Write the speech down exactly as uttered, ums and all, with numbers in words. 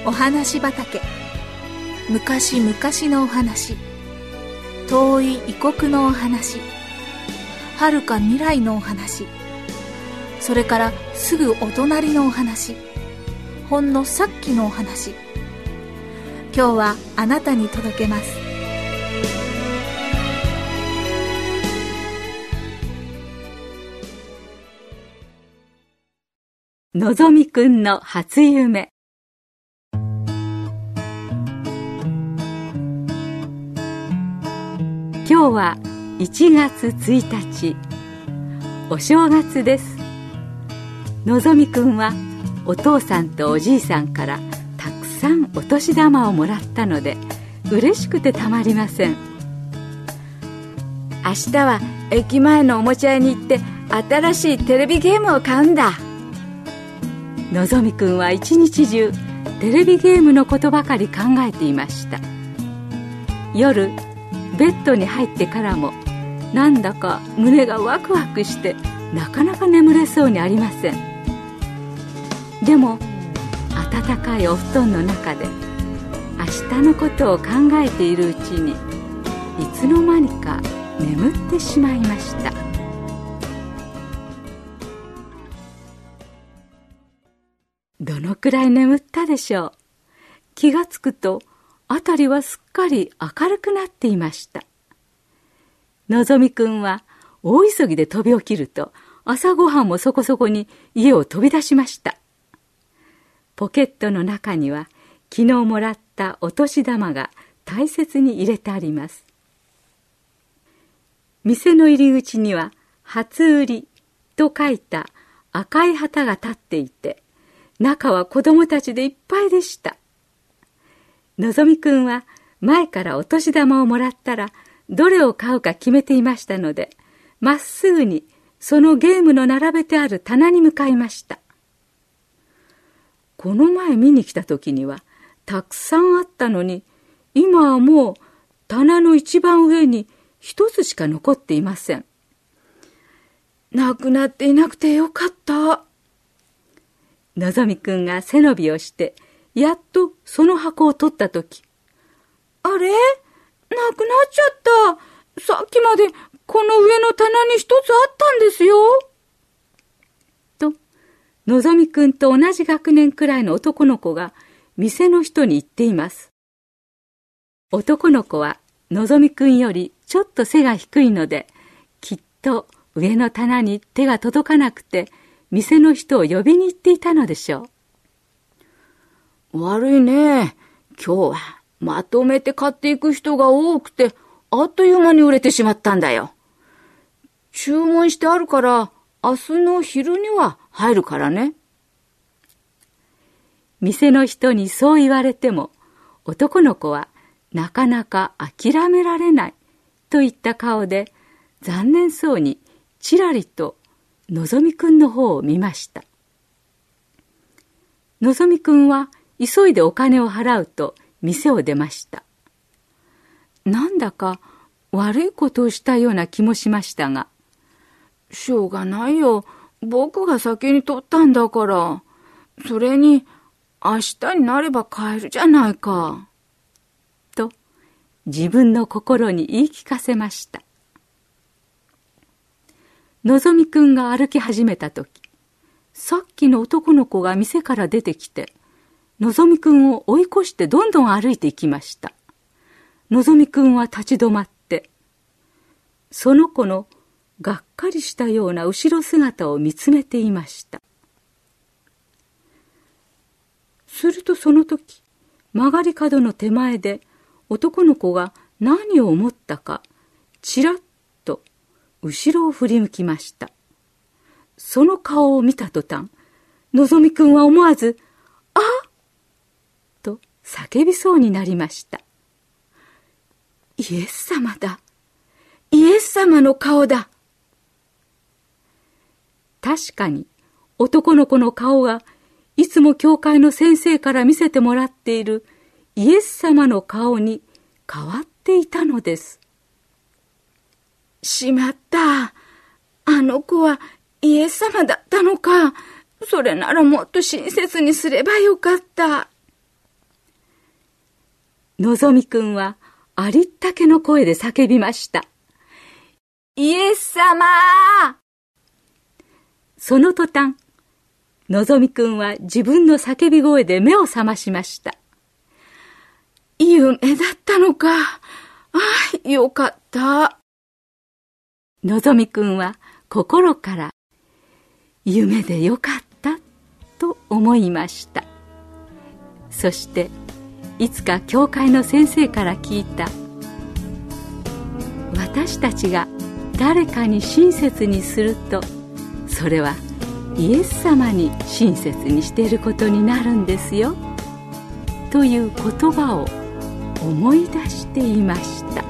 お話畑。昔々のお話、遠い異国のお話、遥か未来のお話、それからすぐお隣のお話、ほんのさっきのお話。今日はあなたに届けます。 のぞみくんの初夢。今日はいちがつついたち、お正月です。のぞみくんはお父さんとおじいさんからたくさんお年玉をもらったので嬉しくてたまりません。 明日は駅前のおもちゃ屋に行って新しいテレビゲームを買うんだ。 のぞみくんは一日中テレビゲームのことばかり考えていました。夜ベッドに入ってからもなんだか胸がワクワクしてなかなか眠れそうにありません。でも暖かいお布団の中で明日のことを考えているうちにいつの間にか眠ってしまいました。どのくらい眠ったでしょう。気がつくと辺りはすっかり明るくなっていました。のぞみくんは大急ぎで飛び起きると朝ごはんもそこそこに家を飛び出しました。ポケットの中には昨日もらったお年玉が大切に入れてあります。店の入り口には初売りと書いた赤い旗が立っていて、中は子供たちでいっぱいでした。のぞみくんは前からお年玉をもらったらどれを買うか決めていましたので、まっすぐにそのゲームの並べてある棚に向かいました。この前見に来た時にはたくさんあったのに、今はもう棚の一番上に一つしか残っていません。 なくなっていなくてよかった。 のぞみくんが背伸びをしてやっとその箱を取ったとき、 あれ？なくなっちゃった。さっきまでこの上の棚に一つあったんですよ。 と、のぞみくんと同じ学年くらいの男の子が店の人に言っています。男の子はのぞみくんよりちょっと背が低いので、きっと上の棚に手が届かなくて店の人を呼びに行っていたのでしょう。悪いね。今日はまとめて買っていく人が多くて、あっという間に売れてしまったんだよ。注文してあるから明日の昼には入るからね。 店の人にそう言われても、男の子はなかなか諦められないといった顔で残念そうにちらりとのぞみくんの方を見ました。のぞみくんは急いでお金を払うと店を出ました。なんだか悪いことをしたような気もしましたが、 しょうがないよ。僕が先に取ったんだから。それに明日になれば買えるじゃないか。 と自分の心に言い聞かせました。のぞみくんが歩き始めたとき、さっきの男の子が店から出てきて、のぞみくんを追い越してどんどん歩いていきました。のぞみくんは立ち止まって、その子のがっかりしたような後ろ姿を見つめていました。するとその時、曲がり角の手前で男の子が何を思ったか、ちらっと後ろを振り向きました。その顔を見た途端、のぞみくんは思わず、あっと叫びそうになりました。イエス様だ。イエス様の顔だ。確かに男の子の顔がいつも教会の先生から見せてもらっているイエス様の顔に変わっていたのです。 しまった。あの子はイエス様だったのか。それならもっと親切にすればよかった。 のぞみくんはありったけの声で叫びました。イエス様！その途端、のぞみくんは自分の叫び声で目を覚ましました。 夢だったのか。ああ、よかった。 のぞみくんは心から夢でよかったと思いました。そしていつか教会の先生から聞いた、私たちが誰かに親切にすると、それはイエス様に親切にしていることになるんですよ、という言葉を思い出していました。